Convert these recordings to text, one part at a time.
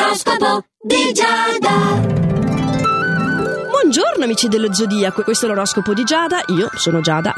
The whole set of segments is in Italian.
L'oroscopo di Giada. Buongiorno amici dello Zodiaco, questo è l'oroscopo di Giada, io sono Giada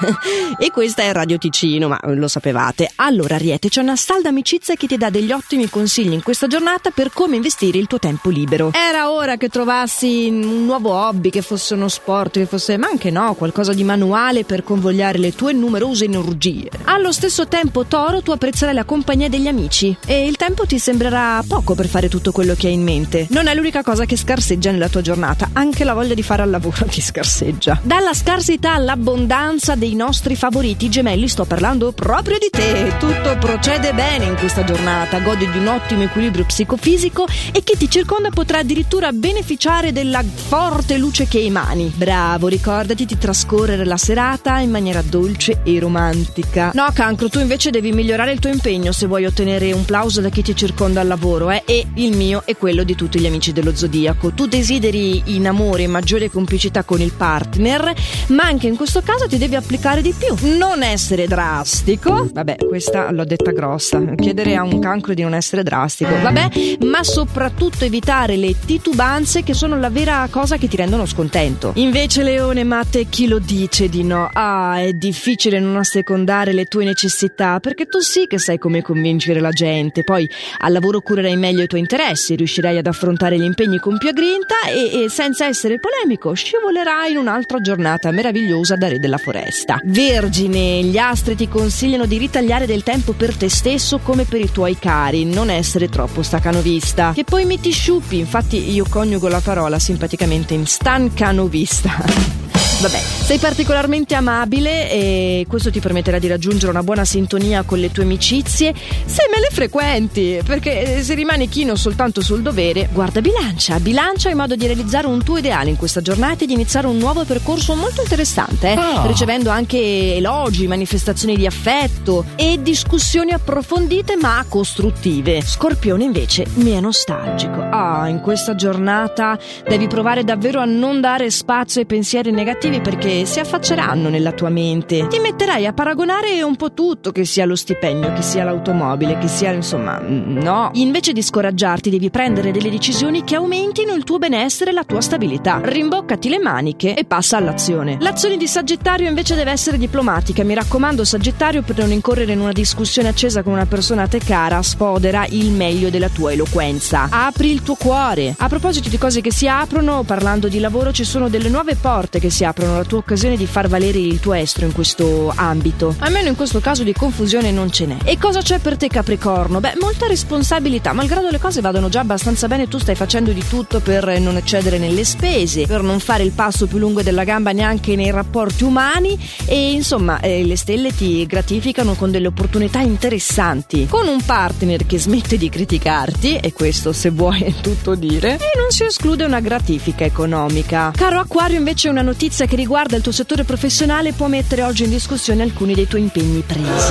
e questa è Radio Ticino, ma lo sapevate. Allora Ariete, c'è una salda amicizia che ti dà degli ottimi consigli in questa giornata per come investire il tuo tempo libero. Era ora che trovassi un nuovo hobby, che fosse uno sport, che fosse, ma anche no, qualcosa di manuale per convogliare le tue numerose energie. Allo stesso tempo Toro, tu apprezzerai la compagnia degli amici e il tempo ti sembrerà poco per fare tutto quello che hai in mente. Non è l'unica cosa che scarseggia nella tua giornata, anche la voglia di fare al lavoro ti scarseggia. Dalla scarsità all'abbondanza dei nostri favoriti gemelli, sto parlando proprio di te. Tutto procede bene in questa giornata, godi di un ottimo equilibrio psicofisico e chi ti circonda potrà addirittura beneficiare della forte luce che emani. Bravo, ricordati di trascorrere la serata in maniera dolce e romantica. No Cancro, tu invece devi migliorare il tuo impegno se vuoi ottenere un plauso da chi ti circonda al lavoro, e il mio è quello di tutti gli amici dello Zodiaco. Tu desideri in amore maggiore complicità con il partner, ma anche in questo caso ti devi applicare di più. Non essere drastico, vabbè, questa l'ho detta grossa, chiedere a un Cancro di non essere drastico, vabbè, ma soprattutto evitare le titubanze che sono la vera cosa che ti rendono scontento. Invece Leone, ma a te chi lo dice di no? È difficile non assecondare le tue necessità, perché tu sì che sai come convincere la gente. Poi al lavoro curerai meglio i tuoi interessi, riuscirai ad affrontare gli impegni con più aggrinta e senza essere polemico scivolerai in un'altra giornata meravigliosa da re della foresta. Vergine, gli astri ti consigliano di ritagliare del tempo per te stesso come per i tuoi cari, non essere troppo stacanovista, che poi mi ti sciupi. Infatti io coniugo la parola simpaticamente in stancanovista. Vabbè, sei particolarmente amabile e questo ti permetterà di raggiungere una buona sintonia con le tue amicizie se me le frequenti, perché se rimani chino soltanto sul dovere, guarda, bilancia in modo di realizzare un tuo ideale in questa giornata e di iniziare un nuovo percorso molto interessante, ricevendo anche elogi, manifestazioni di affetto e discussioni approfondite ma costruttive. Scorpione invece mi è nostalgico. In questa giornata devi provare davvero a non dare spazio ai pensieri negativi, perché si affacceranno nella tua mente. Ti metterai a paragonare un po' tutto, che sia lo stipendio, che sia l'automobile, che sia, insomma, no. Invece di scoraggiarti devi prendere delle decisioni che aumentino il tuo benessere e la tua stabilità. Rimboccati le maniche e passa all'azione. L'azione di Sagittario invece deve essere diplomatica. Mi raccomando Sagittario, per non incorrere in una discussione accesa con una persona a te cara, sfodera il meglio della tua eloquenza. Apri il tuo cuore. A proposito di cose che si aprono, parlando di lavoro, ci sono delle nuove porte che si aprono, la tua occasione di far valere il tuo estro in questo ambito. Almeno in questo caso di confusione non ce n'è. E cosa c'è per te Capricorno? Molta responsabilità. Malgrado le cose vadano già abbastanza bene, tu stai facendo di tutto per non eccedere nelle spese, per non fare il passo più lungo della gamba neanche nei rapporti umani e insomma le stelle ti gratificano con delle opportunità interessanti, con un partner che smette di criticarti, e questo se vuoi è tutto dire, e non si esclude una gratifica economica. Caro Acquario, invece una notizia che riguarda il tuo settore professionale può mettere oggi in discussione alcuni dei tuoi impegni presi.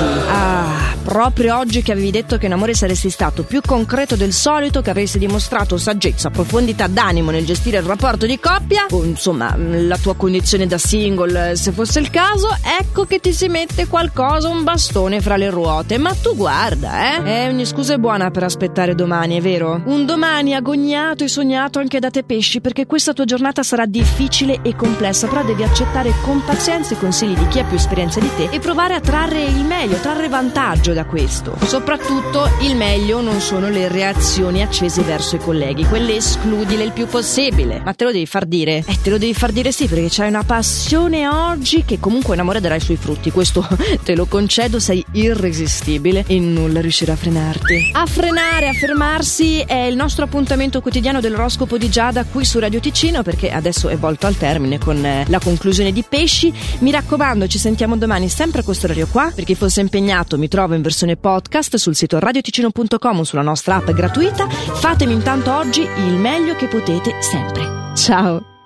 Proprio oggi che avevi detto che in amore saresti stato più concreto del solito, che avresti dimostrato saggezza, profondità d'animo nel gestire il rapporto di coppia, o insomma la tua condizione da single se fosse il caso, ecco che ti si mette qualcosa, un bastone fra le ruote. Ma tu guarda, ogni scusa è buona per aspettare domani, è vero? Un domani agognato e sognato anche da te pesci, perché questa tua giornata sarà difficile e complessa, però devi accettare con pazienza i consigli di chi ha più esperienza di te e provare a trarre il meglio, trarre vantaggio da questo. Soprattutto il meglio non sono le reazioni accese verso i colleghi, quelle escludile il più possibile. Ma te lo devi far dire? Te lo devi far dire sì, perché c'hai una passione oggi che comunque in amore darai i suoi frutti, questo te lo concedo, sei irresistibile e nulla riuscirà a frenarti. A frenare, a fermarsi è il nostro appuntamento quotidiano dell'oroscopo di Giada qui su Radio Ticino, perché adesso è volto al termine con la conclusione di Pesci. Mi raccomando, ci sentiamo domani sempre a questo orario qua. Per chi fosse impegnato, mi trovo in versione podcast sul sito radioticino.com, sulla nostra app gratuita. Fatemi intanto oggi il meglio che potete sempre. Ciao!